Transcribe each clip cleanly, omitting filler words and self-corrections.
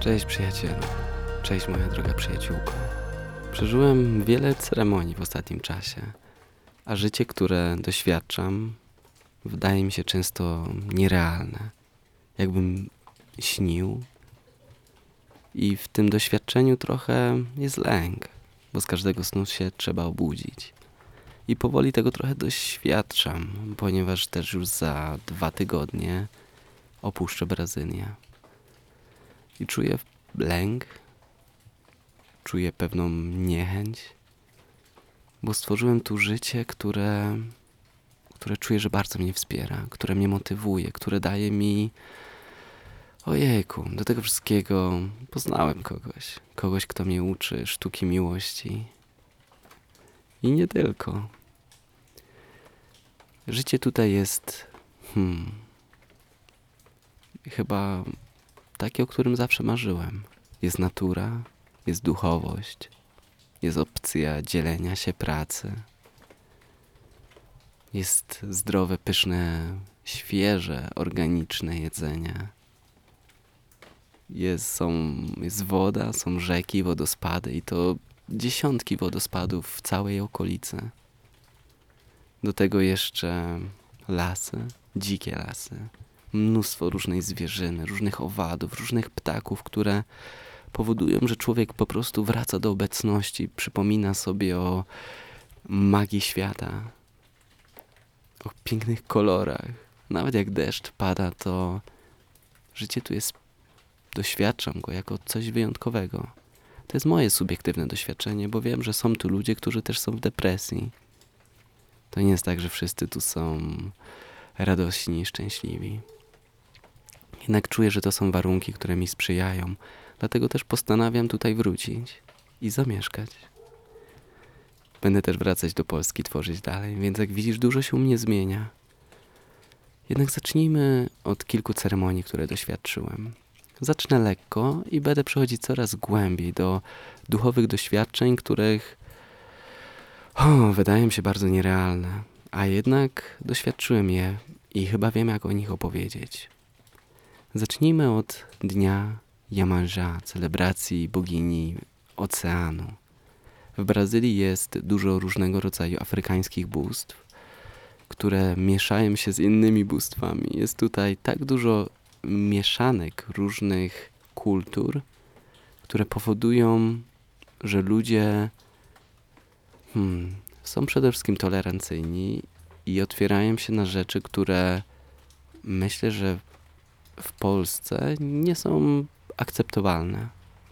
Cześć przyjacielu, cześć moja droga przyjaciółko. Przeżyłem wiele ceremonii w ostatnim czasie, a życie, które doświadczam, wydaje mi się często nierealne. Jakbym śnił i w tym doświadczeniu trochę jest lęk, bo z każdego snu się trzeba obudzić. I powoli tego trochę doświadczam, ponieważ też już za 2 tygodnie opuszczę Brazylię. I czuję lęk, czuję pewną niechęć, bo stworzyłem tu życie, które czuję, że bardzo mnie wspiera, które mnie motywuje, które daje mi... Ojejku, do tego wszystkiego poznałem kogoś, kto mnie uczy sztuki miłości. I nie tylko. Życie tutaj jest... chyba takie, o którym zawsze marzyłem. Jest natura, jest duchowość, jest opcja dzielenia się pracy. Jest zdrowe, pyszne, świeże, organiczne jedzenie. Jest woda, są rzeki, wodospady i to dziesiątki wodospadów w całej okolicy. Do tego jeszcze lasy, dzikie lasy. Mnóstwo różnej zwierzyny, różnych owadów, różnych ptaków, które powodują, że człowiek po prostu wraca do obecności, przypomina sobie o magii świata, o pięknych kolorach. Nawet jak deszcz pada, to życie tu jest, doświadczam go jako coś wyjątkowego. To jest moje subiektywne doświadczenie, bo wiem, że są tu ludzie, którzy też są w depresji. To nie jest tak, że wszyscy tu są radośni i szczęśliwi. Jednak czuję, że to są warunki, które mi sprzyjają. Dlatego też postanawiam tutaj wrócić i zamieszkać. Będę też wracać do Polski, tworzyć dalej, więc jak widzisz, dużo się u mnie zmienia. Jednak zacznijmy od kilku ceremonii, które doświadczyłem. Zacznę lekko i będę przechodzić coraz głębiej do duchowych doświadczeń, których wydają się bardzo nierealne, a jednak doświadczyłem je i chyba wiem, jak o nich opowiedzieć. Zacznijmy od dnia Iemanjá, celebracji bogini oceanu. W Brazylii jest dużo różnego rodzaju afrykańskich bóstw, które mieszają się z innymi bóstwami. Jest tutaj tak dużo mieszanek różnych kultur, które powodują, że ludzie są przede wszystkim tolerancyjni i otwierają się na rzeczy, które myślę, że w Polsce nie są akceptowalne.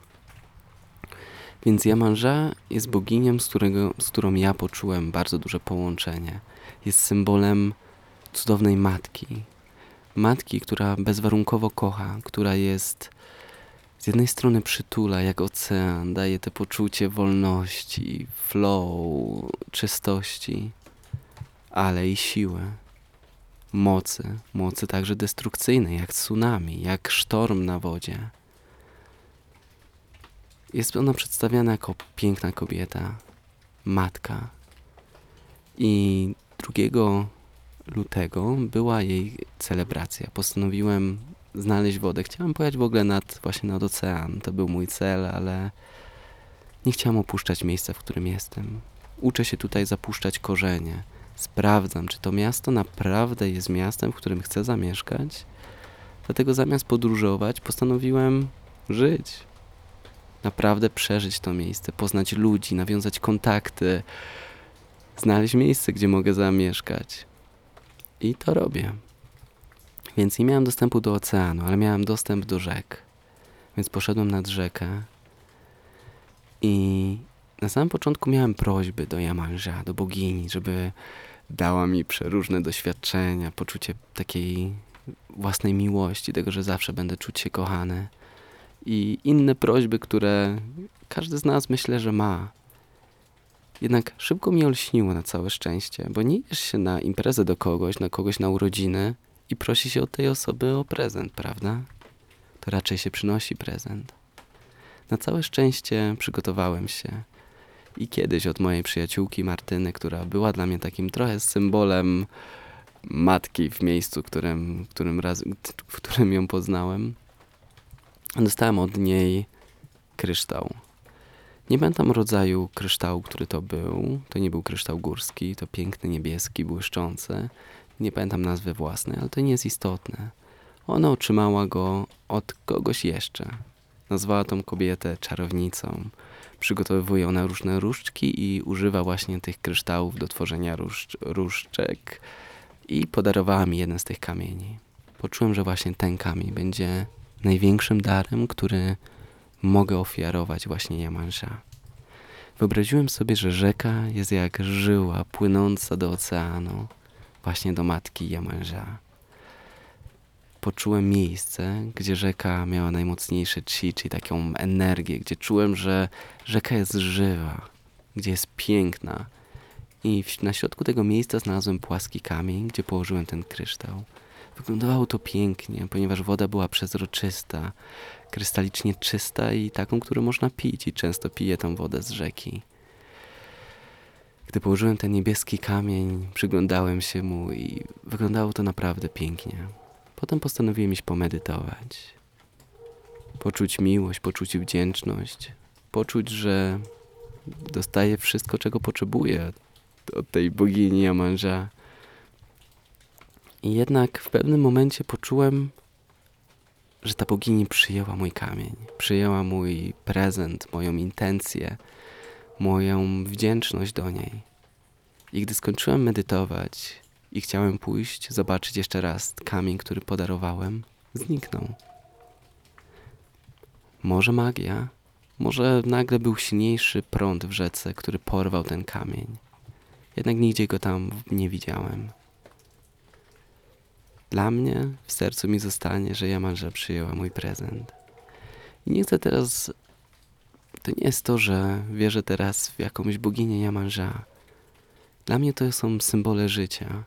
Więc Iemanjá jest boginią, z którą ja poczułem bardzo duże połączenie. Jest symbolem cudownej matki. Matki, która bezwarunkowo kocha, która jest z jednej strony przytula jak ocean, daje te poczucie wolności, flow, czystości, ale i siły, mocy także destrukcyjnej, jak tsunami, jak sztorm na wodzie. Jest ona przedstawiana jako piękna kobieta, matka. I 2 lutego była jej celebracja. Postanowiłem znaleźć wodę. Chciałem pojechać w ogóle właśnie nad ocean. To był mój cel, ale nie chciałem opuszczać miejsca, w którym jestem. Uczę się tutaj zapuszczać korzenie. Sprawdzam, czy to miasto naprawdę jest miastem, w którym chcę zamieszkać. Dlatego zamiast podróżować, postanowiłem żyć. Naprawdę przeżyć to miejsce, poznać ludzi, nawiązać kontakty, znaleźć miejsce, gdzie mogę zamieszkać. I to robię. Więc nie miałem dostępu do oceanu, ale miałem dostęp do rzek. Więc poszedłem nad rzekę i na samym początku miałem prośby do Iemanjá, do bogini, żeby dała mi przeróżne doświadczenia, poczucie takiej własnej miłości, tego, że zawsze będę czuć się kochany. I inne prośby, które każdy z nas myślę, że ma. Jednak szybko mi olśniło na całe szczęście, bo nie idziesz się na imprezę do kogoś na urodziny i prosi się od tej osoby o prezent, prawda? To raczej się przynosi prezent. Na całe szczęście przygotowałem się i kiedyś od mojej przyjaciółki Martyny, która była dla mnie takim trochę symbolem matki w miejscu, w którym ją poznałem, Dostałem od niej kryształ. Nie pamiętam rodzaju kryształu, który to był. To nie był kryształ górski, to piękny, niebieski, błyszczący. Nie pamiętam nazwy własnej, ale to nie jest istotne. Ona otrzymała go od kogoś jeszcze. Nazwała tą kobietę czarownicą. Przygotowuje ona różne różdżki i używa właśnie tych kryształów do tworzenia różdżek. I podarowała mi jeden z tych kamieni. Poczułem, że właśnie ten kamień będzie największym darem, który mogę ofiarować właśnie Iemanża. Wyobraziłem sobie, że rzeka jest jak żyła płynąca do oceanu, właśnie do matki Iemanża. Poczułem miejsce, gdzie rzeka miała najmocniejsze chi, czyli taką energię, gdzie czułem, że rzeka jest żywa, gdzie jest piękna. I na środku tego miejsca znalazłem płaski kamień, gdzie położyłem ten kryształ. Wyglądało to pięknie, ponieważ woda była przezroczysta, krystalicznie czysta i taką, którą można pić, i często piję tą wodę z rzeki. Gdy położyłem ten niebieski kamień, przyglądałem się mu i wyglądało to naprawdę pięknie. Potem postanowiłem iść pomedytować. Poczuć miłość, poczuć wdzięczność, poczuć, że dostaję wszystko, czego potrzebuję od tej bogini Iemanża. I jednak w pewnym momencie poczułem, że ta bogini przyjęła mój kamień, przyjęła mój prezent, moją intencję, moją wdzięczność do niej. I gdy skończyłem medytować i chciałem pójść, zobaczyć jeszcze raz kamień, który podarowałem, zniknął. Może magia, może nagle był silniejszy prąd w rzece, który porwał ten kamień. Jednak nigdzie go tam nie widziałem. Dla mnie w sercu mi zostanie, że Iemanża przyjęła mój prezent. I nie chcę teraz... To nie jest to, że wierzę teraz w jakąś boginię Iemanża. Dla mnie to są symbole życia.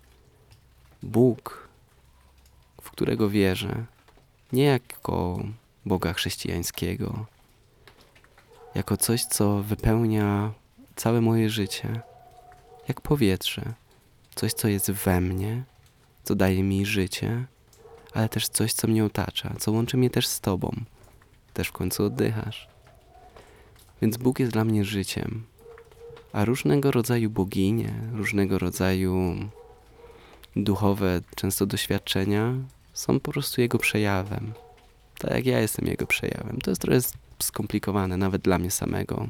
Bóg, w którego wierzę, nie jako Boga chrześcijańskiego, jako coś, co wypełnia całe moje życie, jak powietrze, coś, co jest we mnie, co daje mi życie, ale też coś, co mnie otacza, co łączy mnie też z Tobą. Też w końcu oddychasz. Więc Bóg jest dla mnie życiem, a różnego rodzaju boginie, różnego rodzaju duchowe często doświadczenia są po prostu Jego przejawem. Tak jak ja jestem Jego przejawem. To jest trochę skomplikowane, nawet dla mnie samego.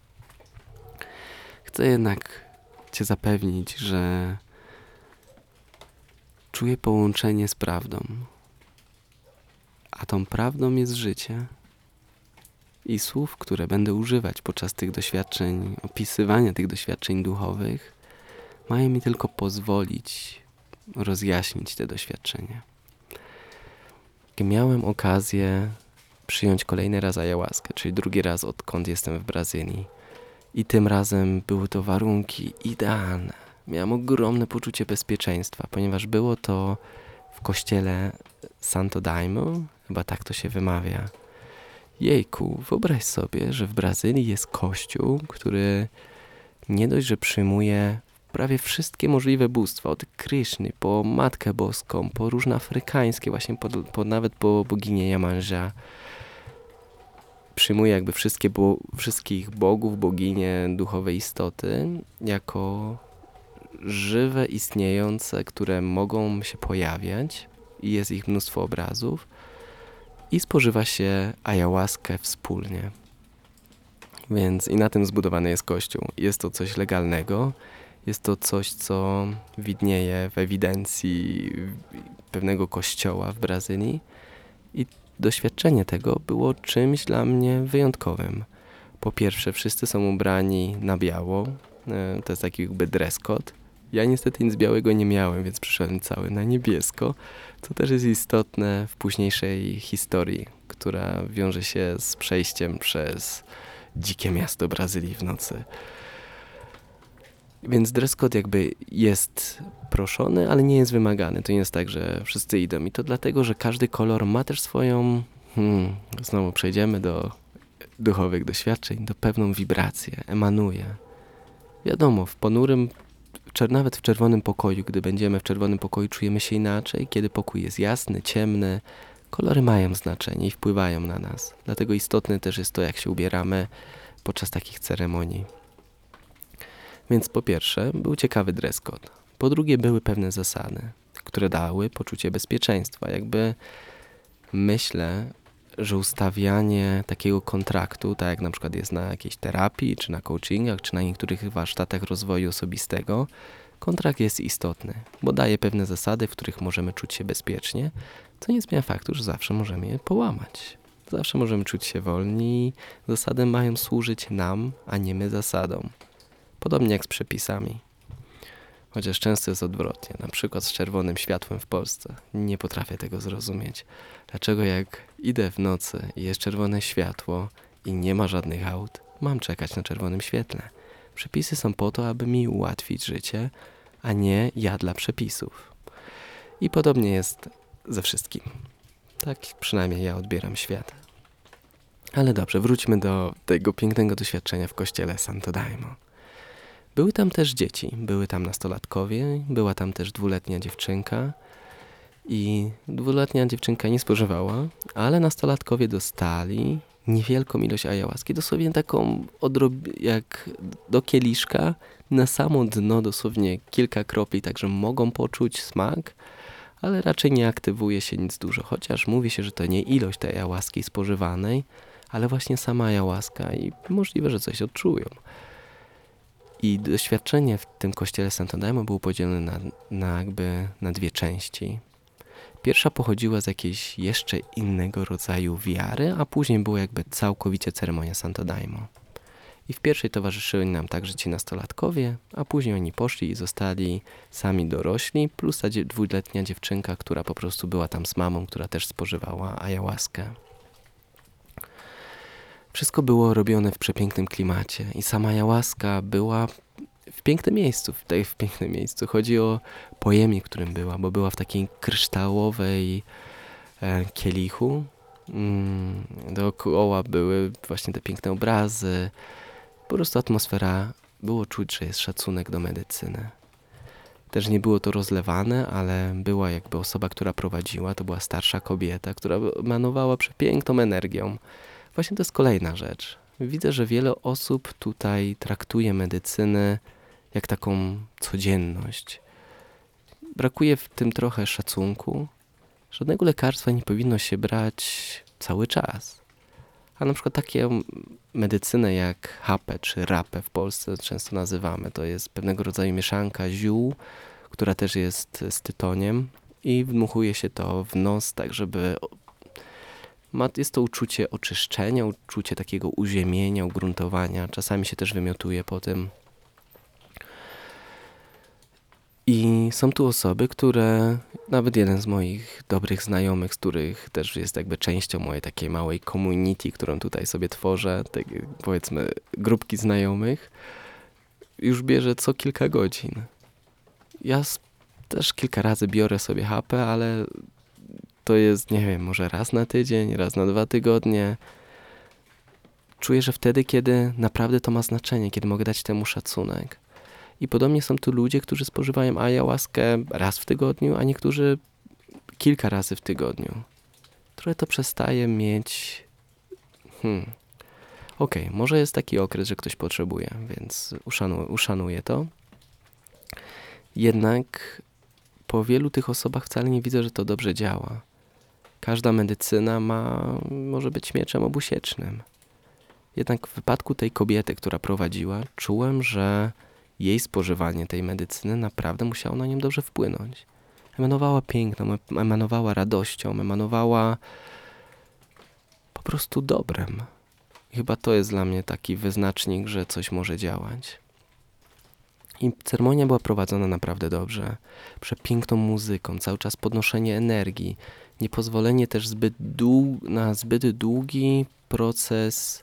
Chcę jednak Cię zapewnić, że czuję połączenie z prawdą. A tą prawdą jest życie. I słów, które będę używać podczas tych doświadczeń, opisywania tych doświadczeń duchowych, mają mi tylko pozwolić rozjaśnić te doświadczenia. Miałem okazję przyjąć kolejny raz ayahuaskę, czyli drugi raz odkąd jestem w Brazylii. I tym razem były to warunki idealne. Miałem ogromne poczucie bezpieczeństwa, ponieważ było to w kościele Santo Daime, chyba tak to się wymawia. Jejku, wyobraź sobie, że w Brazylii jest kościół, który nie dość, że przyjmuje prawie wszystkie możliwe bóstwa, od Kryszny, po Matkę Boską, po różne afrykańskie, właśnie nawet po boginię Iemanża. Przyjmuje jakby wszystkich bogów, boginie, duchowe istoty jako żywe, istniejące, które mogą się pojawiać i jest ich mnóstwo obrazów i spożywa się ayahuaskę wspólnie. Więc i na tym zbudowany jest Kościół. Jest to coś legalnego, jest to coś, co widnieje w ewidencji pewnego kościoła w Brazylii i doświadczenie tego było czymś dla mnie wyjątkowym. Po pierwsze, wszyscy są ubrani na biało, to jest taki jakby dress code. Ja niestety nic białego nie miałem, więc przyszedłem cały na niebiesko, co też jest istotne w późniejszej historii, która wiąże się z przejściem przez dzikie miasto Brazylii w nocy. Więc dress code jakby jest proszony, ale nie jest wymagany. To nie jest tak, że wszyscy idą. I to dlatego, że każdy kolor ma też swoją... Znowu przejdziemy do duchowych doświadczeń, do pewną wibrację, emanuje. Wiadomo, w ponurym, nawet w czerwonym pokoju, gdy będziemy w czerwonym pokoju, czujemy się inaczej. Kiedy pokój jest jasny, ciemny, Kolory mają znaczenie i wpływają na nas. Dlatego istotne też jest to, jak się ubieramy podczas takich ceremonii. Więc po pierwsze, był ciekawy dress code. Po drugie, były pewne zasady, które dały poczucie bezpieczeństwa. Jakby myślę, że ustawianie takiego kontraktu, tak jak na przykład jest na jakiejś terapii, czy na coachingach, czy na niektórych warsztatach rozwoju osobistego, kontrakt jest istotny, bo daje pewne zasady, w których możemy czuć się bezpiecznie, co nie zmienia faktu, że zawsze możemy je połamać. Zawsze możemy czuć się wolni. Zasady mają służyć nam, a nie my zasadom. Podobnie jak z przepisami. Chociaż często jest odwrotnie, na przykład z czerwonym światłem w Polsce. Nie potrafię tego zrozumieć. Dlaczego jak idę w nocy i jest czerwone światło i nie ma żadnych aut, mam czekać na czerwonym świetle? Przepisy są po to, aby mi ułatwić życie, a nie ja dla przepisów. I podobnie jest ze wszystkim. Tak przynajmniej ja odbieram świat. Ale dobrze, wróćmy do tego pięknego doświadczenia w kościele Santo Daimo. Były tam też dzieci, były tam nastolatkowie, była tam też 2-letnia dziewczynka i 2-letnia dziewczynka nie spożywała, ale nastolatkowie dostali niewielką ilość ayahuaski, dosłownie taką jak do kieliszka, na samo dno dosłownie kilka kropli, także mogą poczuć smak, ale raczej nie aktywuje się nic dużo, chociaż mówi się, że to nie ilość tej ayahuaski spożywanej, ale właśnie sama ayahuaska i możliwe, że coś odczują. I doświadczenie w tym kościele Santo Daimo było podzielone na dwie części. Pierwsza pochodziła z jakiejś jeszcze innego rodzaju wiary, a później była jakby całkowicie ceremonia Santo Daimo. I w pierwszej towarzyszyli nam także ci nastolatkowie, a później oni poszli i zostali sami dorośli, plus ta 2-letnia dziewczynka, która po prostu była tam z mamą, która też spożywała ayahuaskę. Wszystko było robione w przepięknym klimacie i sama ayahuaska była w pięknym miejscu. Chodzi o pojemnik, w którym była, bo była w takiej kryształowej kielichu. Dookoła były właśnie te piękne obrazy. Po prostu atmosfera, było czuć, że jest szacunek do medycyny. Też nie było to rozlewane, ale była jakby osoba, która prowadziła, to była starsza kobieta, która emanowała przepiękną energią. Właśnie to jest kolejna rzecz. Widzę, że wiele osób tutaj traktuje medycynę jak taką codzienność. Brakuje w tym trochę szacunku. Żadnego lekarstwa nie powinno się brać cały czas. A na przykład takie medycynę jak hapę czy rapę w Polsce często nazywamy. To jest pewnego rodzaju mieszanka ziół, która też jest z tytoniem i wdmuchuje się to w nos, tak żeby... Jest to uczucie oczyszczenia, uczucie takiego uziemienia, ugruntowania. Czasami się też wymiotuje po tym. I są tu osoby, które, nawet jeden z moich dobrych znajomych, z których też jest jakby częścią mojej takiej małej community, którą tutaj sobie tworzę, takie powiedzmy grupki znajomych, już bierze co kilka godzin. Ja też kilka razy biorę sobie hapę, ale to jest, nie wiem, może raz na tydzień, raz na 2 tygodnie. Czuję, że wtedy, kiedy naprawdę to ma znaczenie, kiedy mogę dać temu szacunek. I podobnie są tu ludzie, którzy spożywają ayahuaskę raz w tygodniu, a niektórzy kilka razy w tygodniu. Trochę to przestaje mieć... Okej, może jest taki okres, że ktoś potrzebuje, więc uszanuję to. Jednak po wielu tych osobach wcale nie widzę, że to dobrze działa. Każda medycyna może być mieczem obusiecznym. Jednak w wypadku tej kobiety, która prowadziła, czułem, że jej spożywanie tej medycyny naprawdę musiało na nią dobrze wpłynąć. Emanowała piękną, emanowała radością, emanowała po prostu dobrem. I chyba to jest dla mnie taki wyznacznik, że coś może działać. I ceremonia była prowadzona naprawdę dobrze. Przepiękną muzyką, cały czas podnoszenie energii. Niepozwolenie też na zbyt długi proces...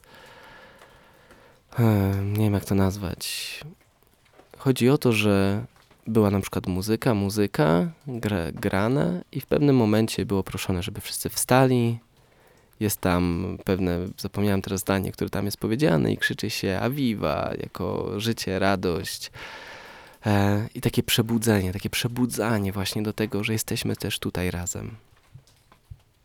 nie wiem jak to nazwać... Chodzi o to, że była na przykład muzyka grana i w pewnym momencie było proszone, żeby wszyscy wstali. Jest tam zapomniałem teraz zdanie, które tam jest powiedziane i krzyczy się Aviva, jako życie, radość. I takie przebudzanie właśnie do tego, że jesteśmy też tutaj razem.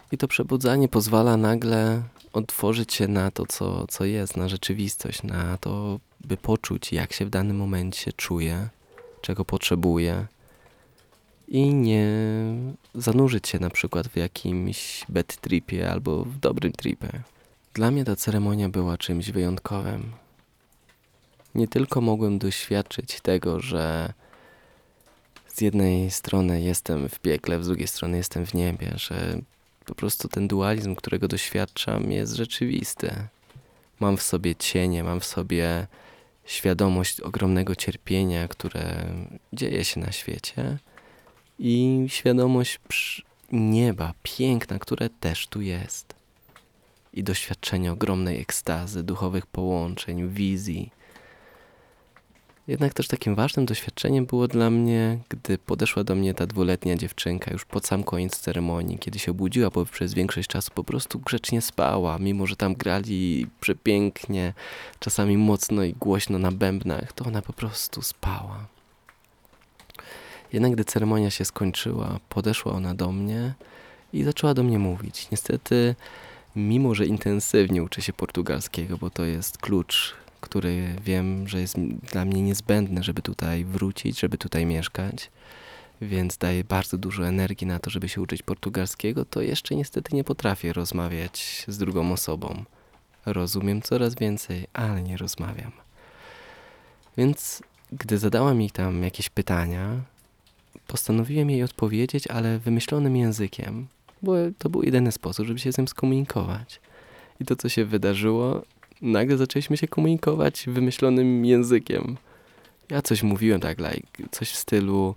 I to przebudzanie pozwala nagle otworzyć się na to, co jest, na rzeczywistość, na to, by poczuć, jak się w danym momencie czuję, czego potrzebuję i nie zanurzyć się na przykład w jakimś bad tripie albo w dobrym tripie. Dla mnie ta ceremonia była czymś wyjątkowym. Nie tylko mogłem doświadczyć tego, że z jednej strony jestem w piekle, z drugiej strony jestem w niebie, że po prostu ten dualizm, którego doświadczam, jest rzeczywisty. Mam w sobie cienie, mam w sobie świadomość ogromnego cierpienia, które dzieje się na świecie i świadomość nieba, piękna, które też tu jest. I doświadczenie ogromnej ekstazy, duchowych połączeń, wizji. Jednak też takim ważnym doświadczeniem było dla mnie, gdy podeszła do mnie ta 2-letnia dziewczynka już pod sam koniec ceremonii, kiedy się obudziła, bo przez większość czasu po prostu grzecznie spała, mimo że tam grali przepięknie, czasami mocno i głośno na bębnach, to ona po prostu spała. Jednak gdy ceremonia się skończyła, podeszła ona do mnie i zaczęła do mnie mówić. Niestety, mimo że intensywnie uczę się portugalskiego, bo to jest klucz, który wiem, że jest dla mnie niezbędny, żeby tutaj wrócić, żeby tutaj mieszkać, więc daję bardzo dużo energii na to, żeby się uczyć portugalskiego, to jeszcze niestety nie potrafię rozmawiać z drugą osobą. Rozumiem coraz więcej, ale nie rozmawiam. Więc gdy zadała mi tam jakieś pytania, postanowiłem jej odpowiedzieć, ale wymyślonym językiem, bo to był jedyny sposób, żeby się z nim skomunikować. I to, co się wydarzyło, nagle zaczęliśmy się komunikować wymyślonym językiem. Ja coś mówiłem tak, coś w stylu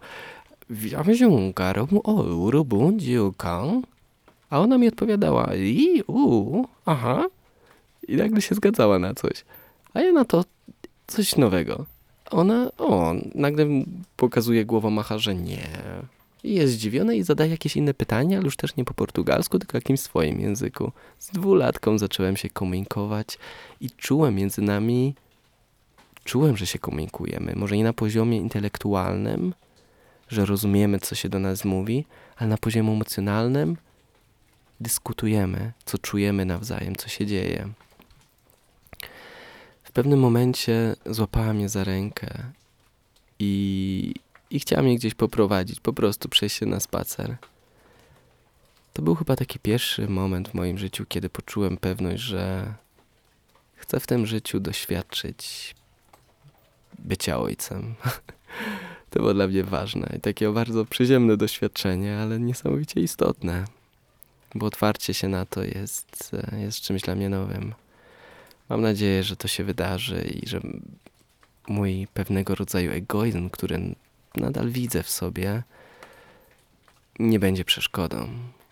a ona mi odpowiadała aha. I nagle się zgadzała na coś. A ja na to coś nowego. Ona, nagle pokazuje głową, macha, że nie. I jest zdziwiona i zadaje jakieś inne pytania, ale już też nie po portugalsku, tylko jakimś swoim języku. Z 2-latką zacząłem się komunikować i czułem między nami, że się komunikujemy. Może nie na poziomie intelektualnym, że rozumiemy, co się do nas mówi, ale na poziomie emocjonalnym dyskutujemy, co czujemy nawzajem, co się dzieje. W pewnym momencie złapała mnie za rękę i chciała mnie gdzieś poprowadzić, po prostu przejść się na spacer. To był chyba taki pierwszy moment w moim życiu, kiedy poczułem pewność, że chcę w tym życiu doświadczyć bycia ojcem. To było dla mnie ważne i takie bardzo przyziemne doświadczenie, ale niesamowicie istotne, bo otwarcie się na to jest czymś dla mnie nowym. Mam nadzieję, że to się wydarzy i że mój pewnego rodzaju egoizm, który nadal widzę w sobie, nie będzie przeszkodą.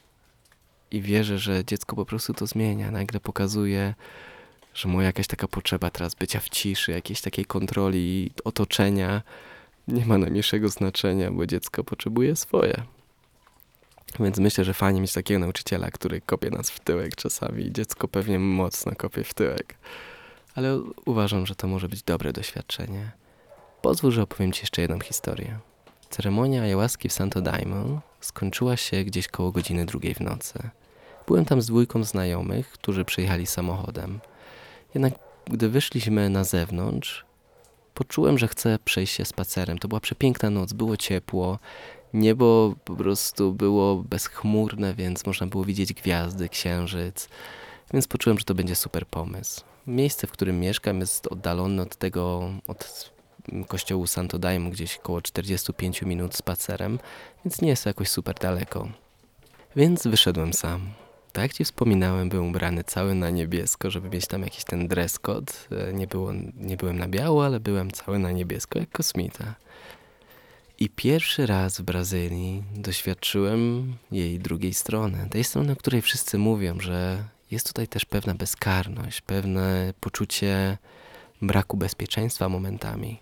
I wierzę, że dziecko po prostu to zmienia. Nagle pokazuje, że moja jakaś taka potrzeba teraz bycia w ciszy, jakiejś takiej kontroli otoczenia nie ma najmniejszego znaczenia, bo dziecko potrzebuje swoje. Więc myślę, że fajnie mieć takiego nauczyciela, który kopie nas w tyłek czasami. Dziecko pewnie mocno kopie w tyłek. Ale uważam, że to może być dobre doświadczenie. Pozwól, że opowiem Ci jeszcze jedną historię. Ceremonia ayahuaski w Santo Daime skończyła się gdzieś koło godziny 2 w nocy. Byłem tam z 2 znajomych, którzy przyjechali samochodem. Jednak gdy wyszliśmy na zewnątrz, poczułem, że chcę przejść się spacerem. To była przepiękna noc, było ciepło, niebo po prostu było bezchmurne, więc można było widzieć gwiazdy, księżyc. Więc poczułem, że to będzie super pomysł. Miejsce, w którym mieszkam, jest oddalone od kościołu Santo Daime, gdzieś około 45 minut spacerem, więc nie jest to jakoś super daleko. Więc wyszedłem sam. Tak jak Ci wspominałem, byłem ubrany cały na niebiesko, żeby mieć tam jakiś ten dress code. Nie byłem na biało, ale byłem cały na niebiesko, jak kosmita. I pierwszy raz w Brazylii doświadczyłem jej drugiej strony. Tej strony, o której wszyscy mówią, że jest tutaj też pewna bezkarność, pewne poczucie braku bezpieczeństwa momentami.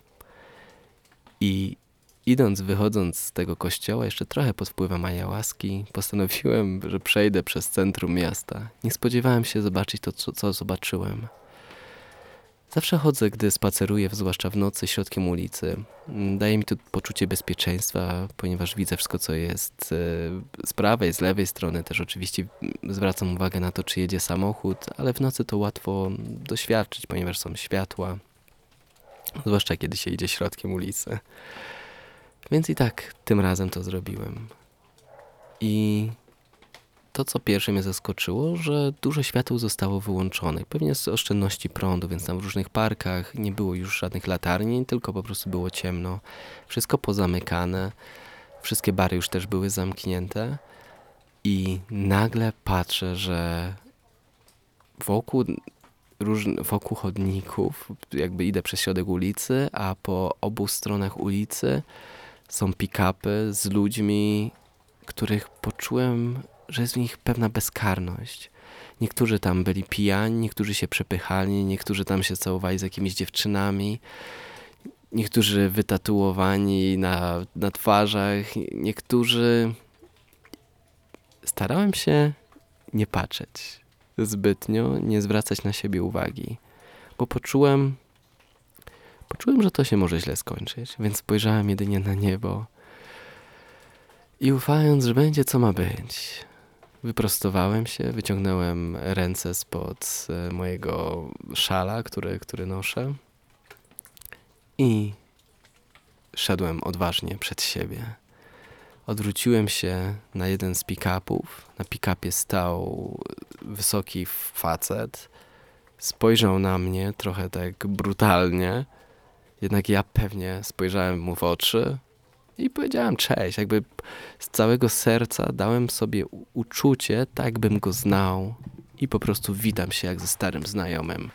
I wychodząc z tego kościoła, jeszcze trochę pod wpływem ayahuaski, postanowiłem, że przejdę przez centrum miasta. Nie spodziewałem się zobaczyć to, co zobaczyłem. Zawsze chodzę, gdy spaceruję, zwłaszcza w nocy, środkiem ulicy. Daje mi to poczucie bezpieczeństwa, ponieważ widzę wszystko, co jest z prawej, z lewej strony. Też oczywiście zwracam uwagę na to, czy jedzie samochód, ale w nocy to łatwo doświadczyć, ponieważ są światła, zwłaszcza kiedy się idzie środkiem ulicy. Więc i tak tym razem to zrobiłem. I to, co pierwsze mnie zaskoczyło, że dużo świateł zostało wyłączonych. Pewnie z oszczędności prądu, więc tam w różnych parkach nie było już żadnych latarni, tylko po prostu było ciemno. Wszystko pozamykane, wszystkie bary już też były zamknięte i nagle patrzę, że wokół chodników, jakby idę przez środek ulicy, a po obu stronach ulicy są pick-upy z ludźmi, których poczułem, że jest w nich pewna bezkarność. Niektórzy tam byli pijani, niektórzy się przepychali, niektórzy tam się całowali z jakimiś dziewczynami, niektórzy wytatuowani na twarzach, niektórzy... Starałem się nie patrzeć zbytnio, nie zwracać na siebie uwagi, bo poczułem, że to się może źle skończyć, więc spojrzałem jedynie na niebo i ufając, że będzie co ma być, wyprostowałem się, wyciągnąłem ręce spod mojego szala, który noszę i szedłem odważnie przed siebie. Odwróciłem się na jeden z pick-upów. Na pick-upie stał wysoki facet. Spojrzał na mnie trochę tak brutalnie. Jednak ja pewnie spojrzałem mu w oczy i powiedziałem cześć. Jakby z całego serca dałem sobie uczucie, tak bym go znał. I po prostu witam się jak ze starym znajomym.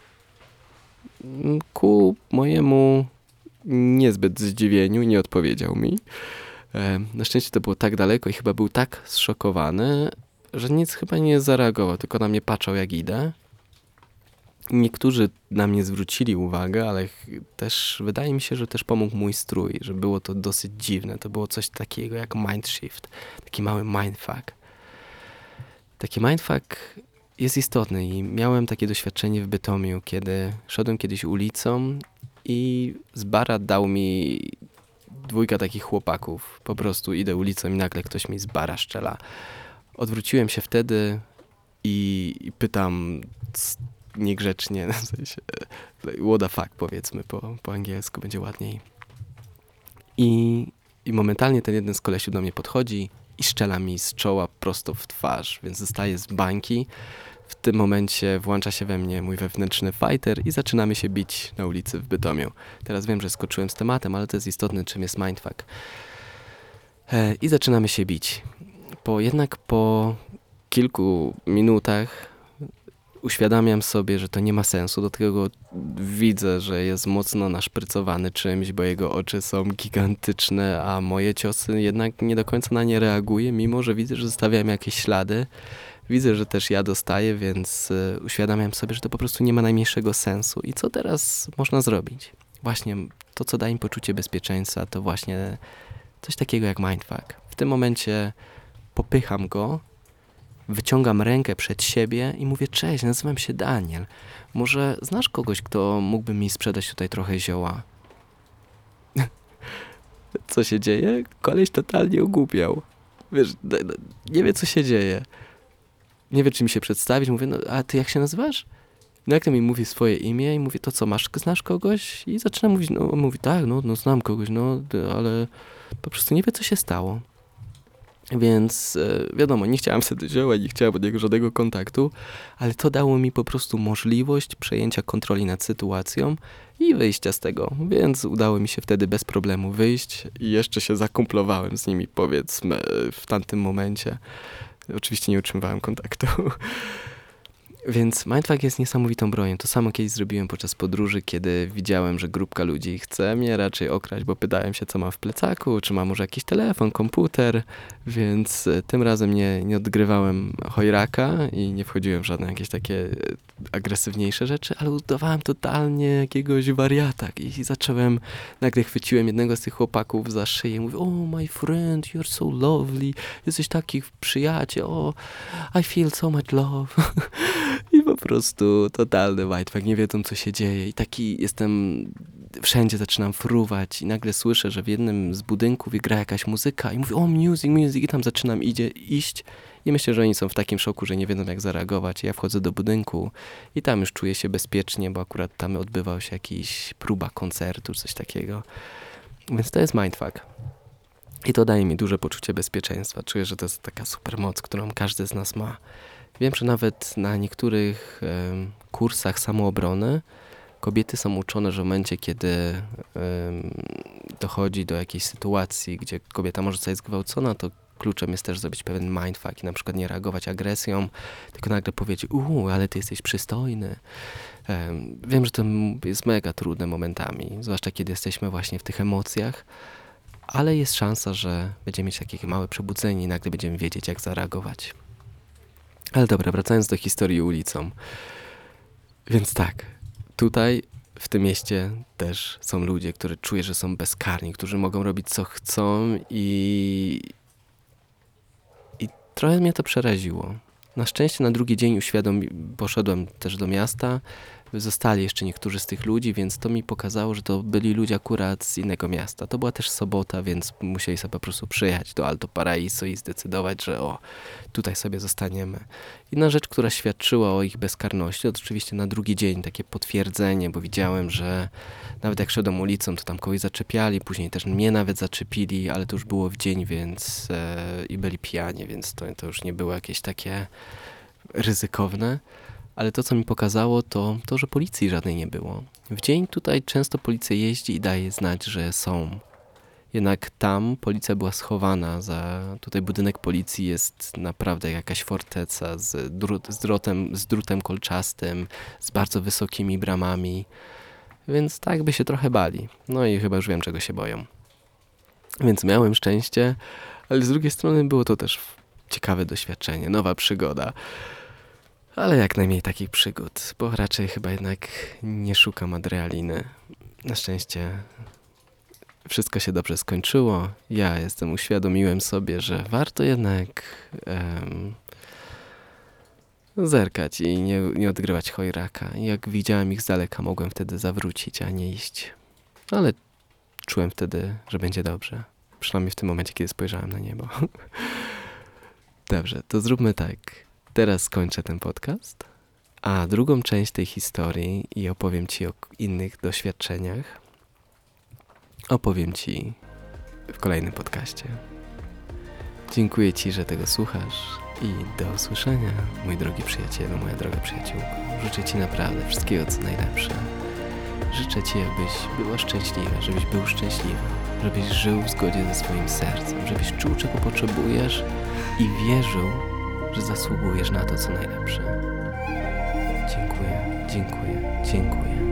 Ku mojemu niezbyt zdziwieniu nie odpowiedział mi. Na szczęście to było tak daleko i chyba był tak zszokowany, że nic chyba nie zareagował, tylko na mnie patrzał jak idę. Niektórzy na mnie zwrócili uwagę, ale też wydaje mi się, że też pomógł mój strój, że było to dosyć dziwne. To było coś takiego jak mind shift, taki mały mindfuck. Taki mindfuck jest istotny i miałem takie doświadczenie w Bytomiu, kiedy szedłem kiedyś ulicą i z bara dał mi dwójka takich chłopaków. Po prostu idę ulicą i nagle ktoś mi z bara strzela. Odwróciłem się wtedy i pytam niegrzecznie, w sensie what the fuck powiedzmy po angielsku, będzie ładniej. I momentalnie ten jeden z kolesiów do mnie podchodzi i strzela mi z czoła prosto w twarz, więc zostaję z bańki. W tym momencie włącza się we mnie mój wewnętrzny fighter i zaczynamy się bić na ulicy w Bytomiu. Teraz wiem, że skoczyłem z tematem, ale to jest istotne, czym jest mindfuck. I zaczynamy się bić. Jednak po kilku minutach uświadamiam sobie, że to nie ma sensu. Do tego widzę, że jest mocno naszprycowany czymś, bo jego oczy są gigantyczne, a moje ciosy jednak nie do końca na nie reaguję, mimo że widzę, że zostawiam jakieś ślady. Widzę, że też ja dostaję, więc uświadamiam sobie, że to po prostu nie ma najmniejszego sensu. I co teraz można zrobić? Właśnie to, co daje mi poczucie bezpieczeństwa, to właśnie coś takiego jak mindfuck. W tym momencie popycham go, wyciągam rękę przed siebie i mówię: cześć, nazywam się Daniel. Może znasz kogoś, kto mógłby mi sprzedać tutaj trochę zioła? Co się dzieje? Koleś totalnie ogłupiał. Wiesz, nie wie, co się dzieje. Nie wie, czy mi się przedstawić. Mówię: no a ty jak się nazywasz? No jak to mi mówi swoje imię i mówi: to co, znasz kogoś? I zaczyna mówić, no mówi: tak, no znam kogoś, no ale po prostu nie wie, co się stało. Więc wiadomo, nie chciałem sobie zioła, nie chciałem od niego żadnego kontaktu, ale to dało mi po prostu możliwość przejęcia kontroli nad sytuacją i wyjścia z tego. Więc udało mi się wtedy bez problemu wyjść i jeszcze się zakumplowałem z nimi, powiedzmy, w tamtym momencie. Oczywiście nie utrzymywałem kontaktu. Więc mindfuck jest niesamowitą bronią. To samo kiedyś zrobiłem podczas podróży, kiedy widziałem, że grupka ludzi chce mnie raczej okraść, bo pytałem się, co mam w plecaku, czy mam może jakiś telefon, komputer, więc tym razem nie odgrywałem chojraka i nie wchodziłem w żadne jakieś takie agresywniejsze rzeczy, ale udawałem totalnie jakiegoś wariata i nagle chwyciłem jednego z tych chłopaków za szyję i mówię: oh my friend, you're so lovely, jesteś taki przyjaciel, I feel so much love. I po prostu totalny mindfuck, nie wiedzą co się dzieje i taki jestem, wszędzie zaczynam fruwać i nagle słyszę, że w jednym z budynków gra jakaś muzyka i mówię, o music i tam zaczynam iść i myślę, że oni są w takim szoku, że nie wiedzą jak zareagować. Ja wchodzę do budynku i tam już czuję się bezpiecznie, bo akurat tam odbywał się jakiś próba koncertu, coś takiego. Więc to jest mindfuck. I to daje mi duże poczucie bezpieczeństwa. Czuję, że to jest taka super moc, którą każdy z nas ma. Wiem, że nawet na niektórych kursach samoobrony kobiety są uczone, że w momencie, kiedy dochodzi do jakiejś sytuacji, gdzie kobieta może zostać zgwałcona, to kluczem jest też zrobić pewien mindfuck i na przykład nie reagować agresją, tylko nagle powiedzieć, ale ty jesteś przystojny. Wiem, że to jest mega trudne momentami, zwłaszcza kiedy jesteśmy właśnie w tych emocjach, ale jest szansa, że będziemy mieć takie małe przebudzenie i nagle będziemy wiedzieć, jak zareagować. Ale dobra, wracając do historii ulicą. Więc tak, tutaj w tym mieście też są ludzie, którzy czuję, że są bezkarni, którzy mogą robić co chcą i trochę mnie to przeraziło. Na szczęście na drugi dzień poszedłem też do miasta, zostali jeszcze niektórzy z tych ludzi, więc to mi pokazało, że to byli ludzie akurat z innego miasta. To była też sobota, więc musieli sobie po prostu przyjechać do Alto Paraíso i zdecydować, że tutaj sobie zostaniemy. Inna rzecz, która świadczyła o ich bezkarności, to oczywiście na drugi dzień takie potwierdzenie, bo widziałem, że nawet jak szedłem ulicą, to tam kogoś zaczepiali, później też mnie nawet zaczepili, ale to już było w dzień, więc i byli pijani, więc to już nie było jakieś takie ryzykowne. Ale to, co mi pokazało, to, że policji żadnej nie było. W dzień tutaj często policja jeździ i daje znać, że są. Jednak tam policja była schowana tutaj budynek policji jest naprawdę jakaś forteca z drutem kolczastym, z bardzo wysokimi bramami. Więc tak by się trochę bali. No i chyba już wiem, czego się boją. Więc miałem szczęście, ale z drugiej strony było to też ciekawe doświadczenie, nowa przygoda. Ale jak najmniej takich przygód, bo raczej chyba jednak nie szukam adrenaliny. Na szczęście wszystko się dobrze skończyło. Ja uświadomiłem sobie, że warto jednak zerkać i nie odgrywać chojraka. Jak widziałem ich z daleka, mogłem wtedy zawrócić, a nie iść. Ale czułem wtedy, że będzie dobrze. Przynajmniej w tym momencie, kiedy spojrzałem na niebo. Dobrze, to zróbmy tak. Teraz skończę ten podcast, a drugą część tej historii i opowiem Ci o innych doświadczeniach opowiem Ci w kolejnym podcaście. Dziękuję Ci, że tego słuchasz i do usłyszenia, mój drogi przyjacielu, moja droga przyjaciółko. Życzę Ci naprawdę wszystkiego, co najlepsze. Życzę Ci, abyś była szczęśliwa, żebyś był szczęśliwy, żebyś żył w zgodzie ze swoim sercem, żebyś czuł, czego potrzebujesz i wierzył, że zasługujesz na to, co najlepsze. Dziękuję, dziękuję, dziękuję.